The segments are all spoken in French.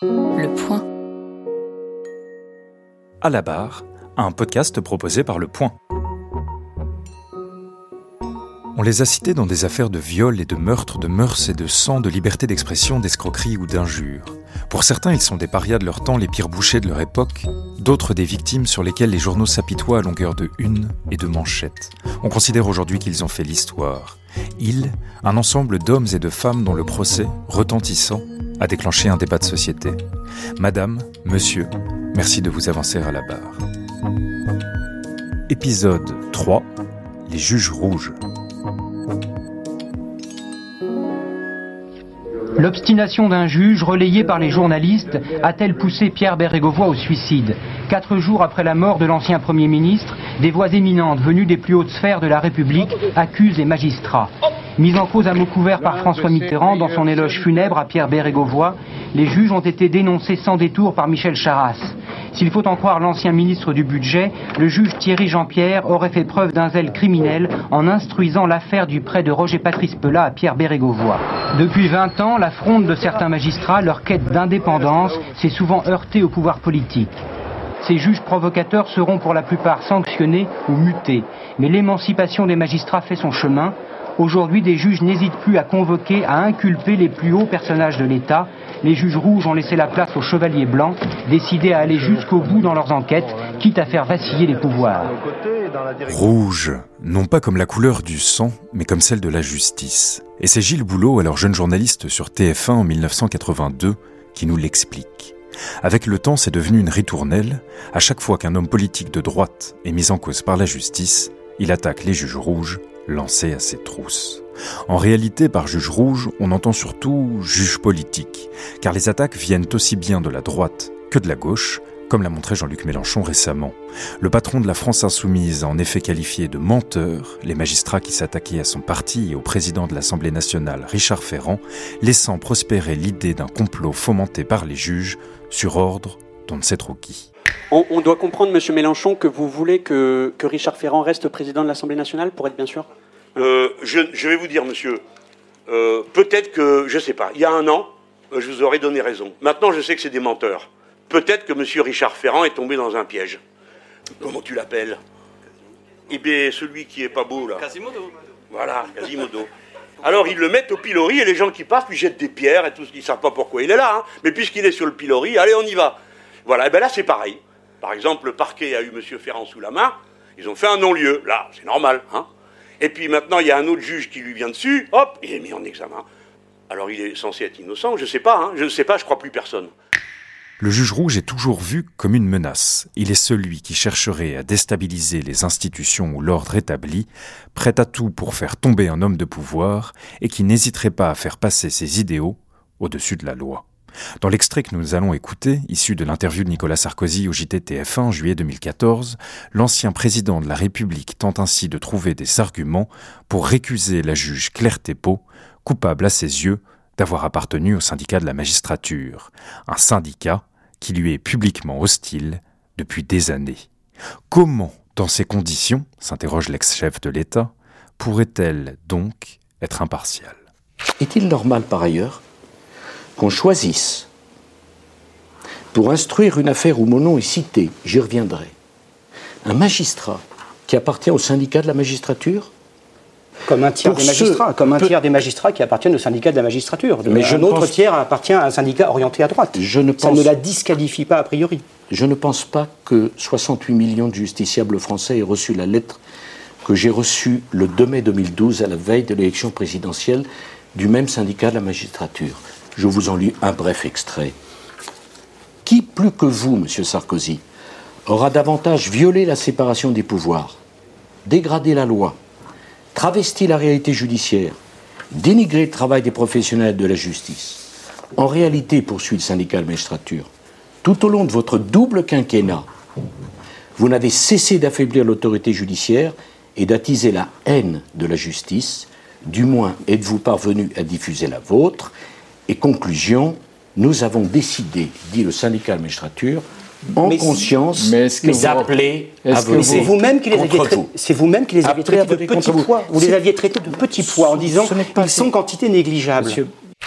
Le Point. À la barre, un podcast proposé par Le Point. On les a cités dans des affaires de viol et de meurtre, de mœurs et de sang, de liberté d'expression, d'escroquerie ou d'injure. Pour certains, ils sont des parias de leur temps, les pires bouchers de leur époque. D'autres, des victimes sur lesquelles les journaux s'apitoient à longueur de une et de manchettes. On considère aujourd'hui qu'ils ont fait l'histoire. Ils, un ensemble d'hommes et de femmes dont le procès, retentissant, a déclenché un débat de société. Madame, monsieur, merci de vous avancer à la barre. Épisode 3, les juges rouges. L'obstination d'un juge, relayée par les journalistes, a-t-elle poussé Pierre Bérégovoy au suicide ? 4 jours après la mort de l'ancien Premier ministre, des voix éminentes venues des plus hautes sphères de la République accusent les magistrats. Mis en cause à mots couverts par François Mitterrand dans son éloge funèbre à Pierre Bérégovoy, les juges ont été dénoncés sans détour par Michel Charasse. S'il faut en croire l'ancien ministre du Budget, le juge Thierry Jean-Pierre aurait fait preuve d'un zèle criminel en instruisant l'affaire du prêt de Roger Patrice Pelat à Pierre Bérégovoy. Depuis 20 ans, la fronde de certains magistrats, leur quête d'indépendance, s'est souvent heurtée au pouvoir politique. Ces juges provocateurs seront pour la plupart sanctionnés ou mutés. Mais l'émancipation des magistrats fait son chemin. Aujourd'hui, des juges n'hésitent plus à convoquer, à inculper les plus hauts personnages de l'État. Les juges rouges ont laissé la place aux chevaliers blancs, décidés à aller jusqu'au bout dans leurs enquêtes, quitte à faire vaciller les pouvoirs. Rouge, non pas comme la couleur du sang, mais comme celle de la justice. Et c'est Gilles Boulot, alors jeune journaliste sur TF1 en 1982, qui nous l'explique. Avec le temps, c'est devenu une ritournelle. À chaque fois qu'un homme politique de droite est mis en cause par la justice, il attaque les juges rouges, lancés à ses trousses. En réalité, par juge rouge, on entend surtout juge politique, car les attaques viennent aussi bien de la droite que de la gauche, comme l'a montré Jean-Luc Mélenchon récemment. Le patron de la France Insoumise a en effet qualifié de menteurs les magistrats qui s'attaquaient à son parti et au président de l'Assemblée nationale, Richard Ferrand, laissant prospérer l'idée d'un complot fomenté par les juges sur ordre d'on ne sait trop qui. On doit comprendre, monsieur Mélenchon, que vous voulez que Richard Ferrand reste président de l'Assemblée nationale, pour être bien sûr ? Je vais vous dire, monsieur, peut-être que, je ne sais pas, il y a un an, je vous aurais donné raison. Maintenant, je sais que c'est des menteurs. Peut-être que monsieur Richard Ferrand est tombé dans un piège. Comment tu l'appelles ? Eh bien, celui qui est pas beau, là. Quasimodo. Voilà, Quasimodo. Alors, ils le mettent au pilori et les gens qui passent lui jettent des pierres et tout, ils ne savent pas pourquoi il est là, hein. Mais puisqu'il est sur le pilori, allez, on y va. Voilà, et bien là, c'est pareil. Par exemple, le parquet a eu monsieur Ferrand sous la main, ils ont fait un non-lieu. Là, c'est normal, hein. Et puis maintenant, il y a un autre juge qui lui vient dessus, hop, il est mis en examen. Alors, il est censé être innocent, je ne sais pas, hein. Je ne sais pas, je crois plus personne. Le juge rouge est toujours vu comme une menace. Il est celui qui chercherait à déstabiliser les institutions ou l'ordre établi, prêt à tout pour faire tomber un homme de pouvoir et qui n'hésiterait pas à faire passer ses idéaux au-dessus de la loi. Dans l'extrait que nous allons écouter, issu de l'interview de Nicolas Sarkozy au JT TF1 en juillet 2014, l'ancien président de la République tente ainsi de trouver des arguments pour récuser la juge Claire Thépaut, coupable à ses yeux d'avoir appartenu au syndicat de la magistrature, un syndicat qui lui est publiquement hostile depuis des années. Comment, dans ces conditions, s'interroge l'ex-chef de l'État, pourrait-elle donc être impartiale ? Est-il normal par ailleurs qu'on choisisse, pour instruire une affaire où mon nom est cité, j'y reviendrai, un magistrat qui appartient au syndicat de la magistrature ? Comme un tiers des magistrats, tiers des magistrats qui appartiennent au syndicat de la magistrature. Mais un autre tiers appartient à un syndicat orienté à droite. Ça ne la disqualifie pas a priori. Je ne pense pas que 68 millions de justiciables français aient reçu la lettre que j'ai reçue le 2 mai 2012 à la veille de l'élection présidentielle du même syndicat de la magistrature. Je vous en lis un bref extrait. Qui, plus que vous, monsieur Sarkozy, aura davantage violé la séparation des pouvoirs, dégradé la loi, travesti la réalité judiciaire, dénigré le travail des professionnels de la justice. En réalité, poursuit le syndicat de la magistrature, tout au long de votre double quinquennat, vous n'avez cessé d'affaiblir l'autorité judiciaire et d'attiser la haine de la justice. Du moins, êtes-vous parvenu à diffuser la vôtre. Et conclusion, nous avons décidé, dit le syndicat de la magistrature, en conscience, d'appeler à voter. C'est vous-même qui les aviez traités de petits pois. Vous les aviez traités de petits pois en disant qu'ils sont quantité négligeable.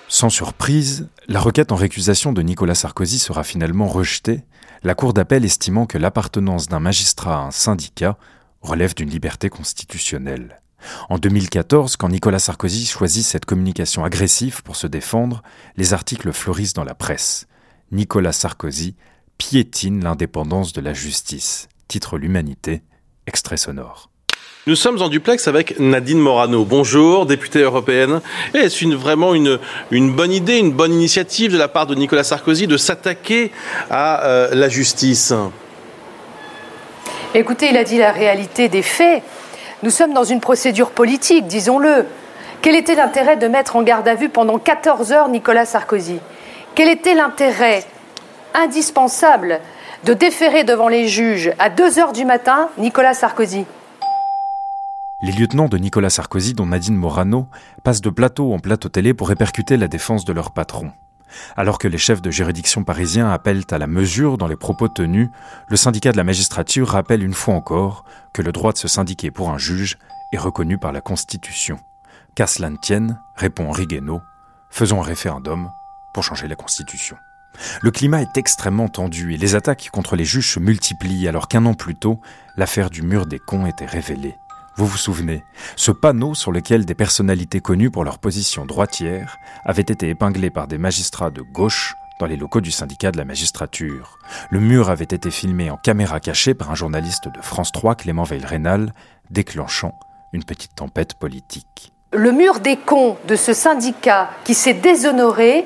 Sans surprise, la requête en récusation de Nicolas Sarkozy sera finalement rejetée, la Cour d'appel estimant que l'appartenance d'un magistrat à un syndicat relève d'une liberté constitutionnelle. En 2014, quand Nicolas Sarkozy choisit cette communication agressive pour se défendre, les articles fleurissent dans la presse. Nicolas Sarkozy piétine l'indépendance de la justice. Titre l'Humanité, extrait sonore. Nous sommes en duplex avec Nadine Morano. Bonjour, députée européenne. Est-ce vraiment une bonne idée, une bonne initiative de la part de Nicolas Sarkozy de s'attaquer à la justice ? Écoutez, il a dit la réalité des faits. Nous sommes dans une procédure politique, disons-le. Quel était l'intérêt de mettre en garde à vue pendant 14 heures Nicolas Sarkozy ? Quel était l'intérêt indispensable de déférer devant les juges à 2 heures du matin Nicolas Sarkozy ? Les lieutenants de Nicolas Sarkozy, dont Nadine Morano, passent de plateau en plateau télé pour répercuter la défense de leur patron. Alors que les chefs de juridiction parisiens appellent à la mesure dans les propos tenus, le syndicat de la magistrature rappelle une fois encore que le droit de se syndiquer pour un juge est reconnu par la Constitution. Qu'à cela ne tienne, répond Henri Guénaud, faisons un référendum pour changer la Constitution. Le climat est extrêmement tendu et les attaques contre les juges se multiplient alors qu'un an plus tôt, l'affaire du mur des cons était révélée. Vous vous souvenez, ce panneau sur lequel des personnalités connues pour leur position droitière avait été épinglé par des magistrats de gauche dans les locaux du syndicat de la magistrature. Le mur avait été filmé en caméra cachée par un journaliste de France 3, Clément Veil-Rénal, déclenchant une petite tempête politique. Le mur des cons de ce syndicat qui s'est déshonoré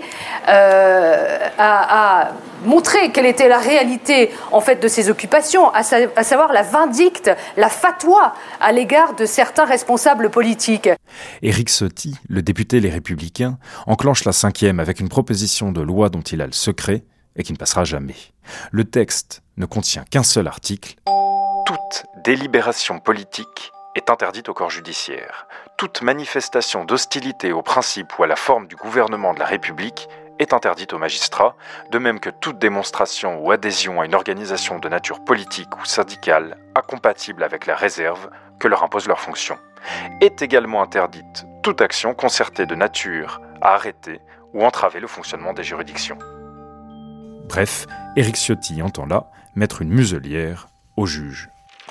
a montré quelle était la réalité en fait de ses occupations, à savoir la vindicte, la fatwa à l'égard de certains responsables politiques. Éric Ciotti, le député Les Républicains, enclenche la 5e avec une proposition de loi dont il a le secret et qui ne passera jamais. Le texte ne contient qu'un seul article. Toute délibération politique est interdite au corps judiciaire. Toute manifestation d'hostilité au principe ou à la forme du gouvernement de la République est interdite aux magistrats, de même que toute démonstration ou adhésion à une organisation de nature politique ou syndicale incompatible avec la réserve que leur impose leur fonction. Est également interdite toute action concertée de nature à arrêter ou entraver le fonctionnement des juridictions. Bref, Éric Ciotti entend là mettre une muselière aux juges.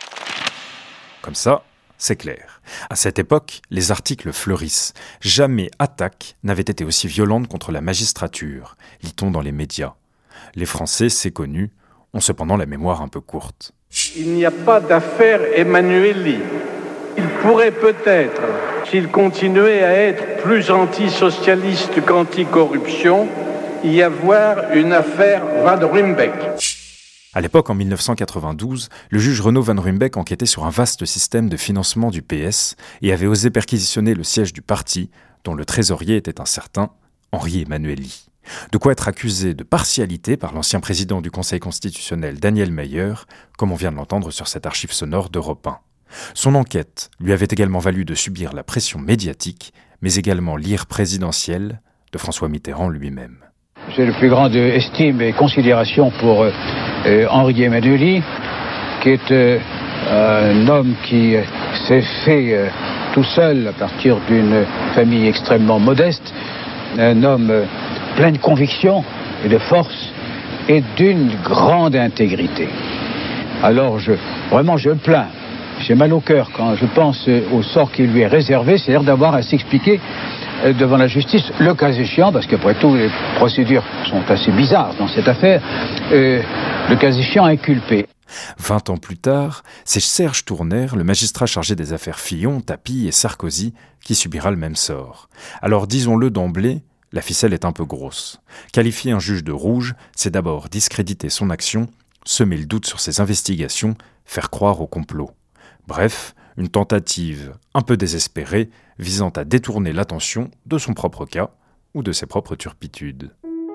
Comme ça, c'est clair. À cette époque, les articles fleurissent. Jamais attaque n'avait été aussi violente contre la magistrature, lit-on dans les médias. Les Français, c'est connu, ont cependant la mémoire un peu courte. Il n'y a pas d'affaire Emmanuelli. Il pourrait peut-être, s'il continuait à être plus antisocialiste qu'anticorruption, y avoir une affaire Van Ruymbeck. À l'époque, en 1992, le juge Renaud Van Ruymbeck enquêtait sur un vaste système de financement du PS et avait osé perquisitionner le siège du parti, dont le trésorier était un certain Henri Emmanuelli. De quoi être accusé de partialité par l'ancien président du Conseil constitutionnel Daniel Meyer, comme on vient de l'entendre sur cette archive sonore d'Europe 1. Son enquête lui avait également valu de subir la pression médiatique, mais également l'ire présidentielle de François Mitterrand lui-même. J'ai le plus grande estime et considération pour Henri Emmanuelli, qui est un homme qui s'est fait tout seul à partir d'une famille extrêmement modeste, un homme plein de conviction et de force et d'une grande intégrité. Alors je le plains. J'ai mal au cœur quand je pense au sort qui lui est réservé, c'est-à-dire d'avoir à s'expliquer devant la justice, le cas échéant, parce qu'après tout, les procédures sont assez bizarres dans cette affaire, le cas échéant inculpé. 20 ans plus tard, c'est Serge Tournaire, le magistrat chargé des affaires Fillon, Tapie et Sarkozy, qui subira le même sort. Alors disons-le d'emblée, la ficelle est un peu grosse. Qualifier un juge de rouge, c'est d'abord discréditer son action, semer le doute sur ses investigations, faire croire au complot. Bref, une tentative un peu désespérée visant à détourner l'attention de son propre cas ou de ses propres turpitudes.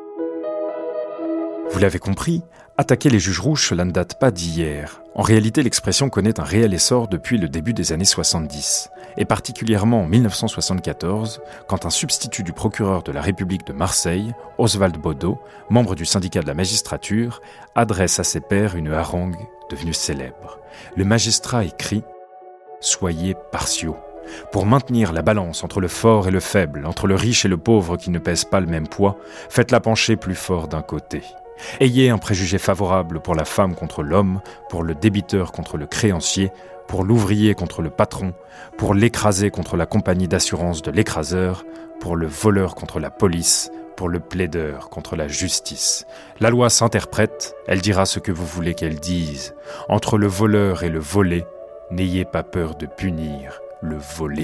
Vous l'avez compris, attaquer les juges rouges, cela ne date pas d'hier. En réalité, l'expression connaît un réel essor depuis le début des années 70, et particulièrement en 1974, quand un substitut du procureur de la République de Marseille, Oswald Baudot, membre du syndicat de la magistrature, adresse à ses pairs une harangue devenue célèbre. Le magistrat écrit « Soyez partiaux ». Pour maintenir la balance entre le fort et le faible, entre le riche et le pauvre qui ne pèsent pas le même poids, faites-la pencher plus fort d'un côté. Ayez un préjugé favorable pour la femme contre l'homme, pour le débiteur contre le créancier, pour l'ouvrier contre le patron, pour l'écrasé contre la compagnie d'assurance de l'écraseur, pour le voleur contre la police, pour le plaideur contre la justice. La loi s'interprète, elle dira ce que vous voulez qu'elle dise. Entre le voleur et le volé, n'ayez pas peur de punir le volé.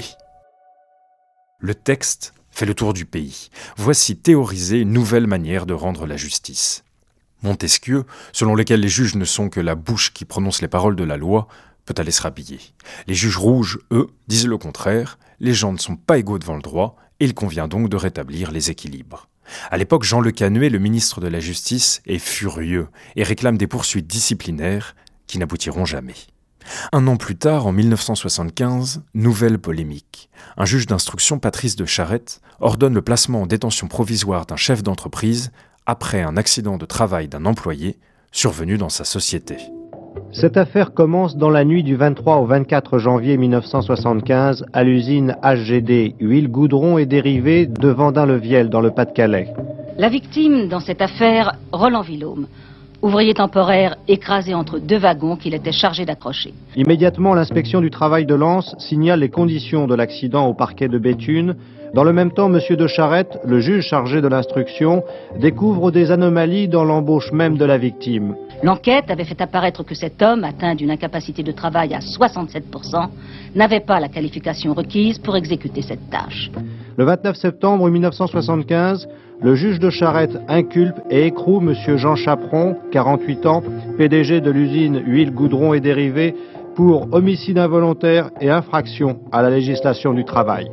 Le texte fait le tour du pays. Voici théorisée une nouvelle manière de rendre la justice. Montesquieu, selon lequel les juges ne sont que la bouche qui prononce les paroles de la loi, peut aller se rhabiller. Les juges rouges, eux, disent le contraire, les gens ne sont pas égaux devant le droit, et il convient donc de rétablir les équilibres. À l'époque, Jean Le Canuet, le ministre de la Justice, est furieux et réclame des poursuites disciplinaires qui n'aboutiront jamais. Un an plus tard, en 1975, nouvelle polémique. Un juge d'instruction, Patrice de Charette, ordonne le placement en détention provisoire d'un chef d'entreprise après un accident de travail d'un employé survenu dans sa société. Cette affaire commence dans la nuit du 23 au 24 janvier 1975 à l'usine HGD, huile, goudron et dérivés de Vendin-le-Viel dans le Pas-de-Calais. La victime dans cette affaire, Roland Villaume, ouvrier temporaire écrasé entre deux wagons qu'il était chargé d'accrocher. Immédiatement, l'inspection du travail de Lens signale les conditions de l'accident au parquet de Béthune. Dans le même temps, M. de Charette, le juge chargé de l'instruction, découvre des anomalies dans l'embauche même de la victime. L'enquête avait fait apparaître que cet homme, atteint d'une incapacité de travail à 67%, n'avait pas la qualification requise pour exécuter cette tâche. Le 29 septembre 1975, le juge de Charette inculpe et écroule M. Jean Chaperon, 48 ans, PDG de l'usine huile, goudron et dérivés, pour homicide involontaire et infraction à la législation du travail.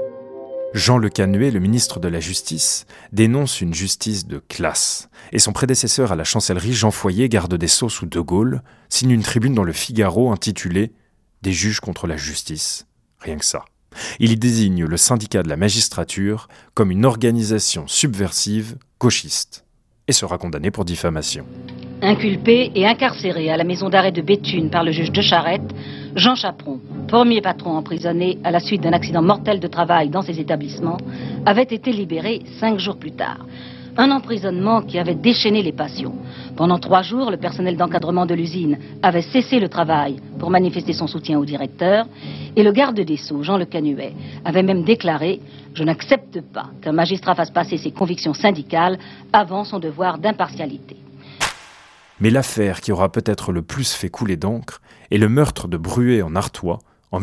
Jean Le Canuet, le ministre de la Justice, dénonce une justice de classe. Et son prédécesseur à la chancellerie, Jean Foyer, garde des Sceaux sous De Gaulle, signe une tribune dans le Figaro intitulée « Des juges contre la justice ». Rien que ça. Il y désigne le syndicat de la magistrature comme une organisation subversive gauchiste et sera condamné pour diffamation. Inculpé et incarcéré à la maison d'arrêt de Béthune par le juge de Charette, Jean Chaperon, premier patron emprisonné à la suite d'un accident mortel de travail dans ses établissements, avait été libéré 5 jours plus tard. Un emprisonnement qui avait déchaîné les passions. Pendant 3 jours, le personnel d'encadrement de l'usine avait cessé le travail pour manifester son soutien au directeur, et le garde des Sceaux, Jean Le Canuet, avait même déclaré « Je n'accepte pas qu'un magistrat fasse passer ses convictions syndicales avant son devoir d'impartialité ». Mais l'affaire qui aura peut-être le plus fait couler d'encre est le meurtre de Bruet en Artois en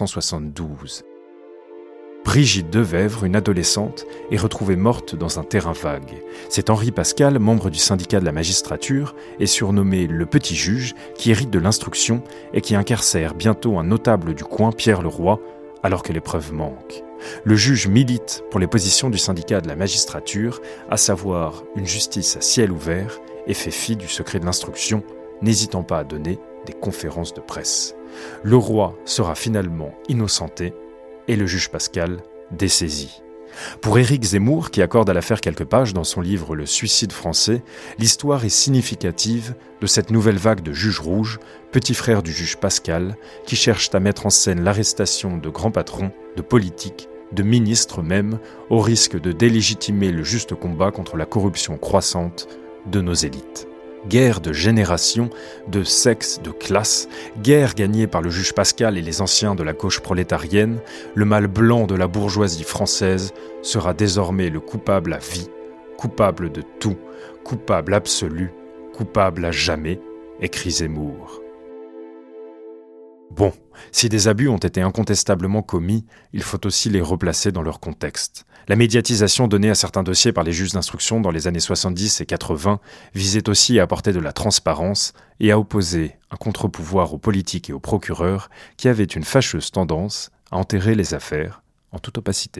1972. Brigitte Devèvre, une adolescente, est retrouvée morte dans un terrain vague. C'est Henri Pascal, membre du syndicat de la magistrature, et surnommé le petit juge, qui hérite de l'instruction et qui incarcère bientôt un notable du coin, Pierre Leroy, alors que les preuves manquent. Le juge milite pour les positions du syndicat de la magistrature, à savoir une justice à ciel ouvert, et fait fi du secret de l'instruction, n'hésitant pas à donner des conférences de presse. Leroy sera finalement innocenté et le juge Pascal dessaisi. Pour Éric Zemmour, qui accorde à l'affaire quelques pages dans son livre « Le suicide français », l'histoire est significative de cette nouvelle vague de juges rouges, petits frères du juge Pascal, qui cherchent à mettre en scène l'arrestation de grands patrons, de politiques, de ministres même, au risque de délégitimer le juste combat contre la corruption croissante de nos élites. Guerre de génération, de sexe, de classe, guerre gagnée par le juge Pascal et les anciens de la gauche prolétarienne, le mâle blanc de la bourgeoisie française sera désormais le coupable à vie, coupable de tout, coupable absolu, coupable à jamais, écrit Zemmour. Bon, si des abus ont été incontestablement commis, il faut aussi les replacer dans leur contexte. La médiatisation donnée à certains dossiers par les juges d'instruction dans les années 70 et 80 visait aussi à apporter de la transparence et à opposer un contre-pouvoir aux politiques et aux procureurs qui avaient une fâcheuse tendance à enterrer les affaires en toute opacité.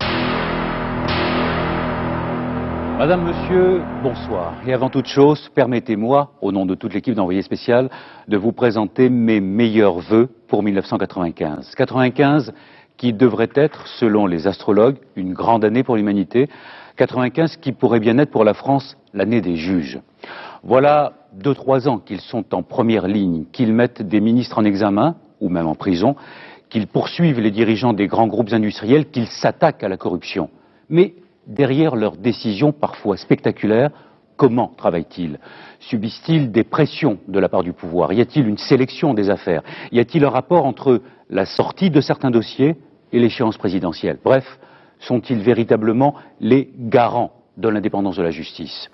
Madame, Monsieur, bonsoir. Et avant toute chose, permettez-moi, au nom de toute l'équipe d'Envoyé spécial, de vous présenter mes meilleurs vœux pour 1995. 95 qui devrait être, selon les astrologues, une grande année pour l'humanité. 95 qui pourrait bien être pour la France l'année des juges. Voilà 2-3 ans qu'ils sont en première ligne, qu'ils mettent des ministres en examen, ou même en prison, qu'ils poursuivent les dirigeants des grands groupes industriels, qu'ils s'attaquent à la corruption. Mais derrière leurs décisions parfois spectaculaires, comment travaillent-ils? Subissent-ils des pressions de la part du pouvoir? Y a-t-il une sélection des affaires? Y a-t-il un rapport entre la sortie de certains dossiers et l'échéance présidentielle? Bref, sont-ils véritablement les garants de l'indépendance de la justice?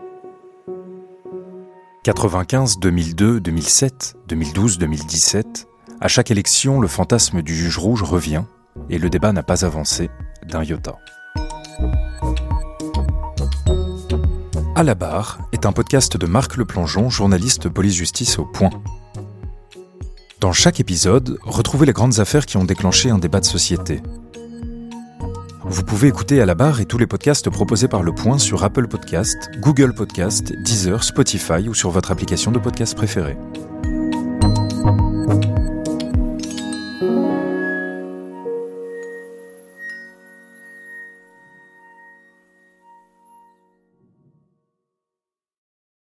95, 2002, 2007, 2012, 2017, à chaque élection, le fantasme du juge rouge revient et le débat n'a pas avancé d'un iota. À la barre est un podcast de Marc Leplongeon, journaliste police-justice au Point. Dans chaque épisode, retrouvez les grandes affaires qui ont déclenché un débat de société. Vous pouvez écouter À la barre et tous les podcasts proposés par Le Point sur Apple Podcasts, Google Podcasts, Deezer, Spotify ou sur votre application de podcast préférée.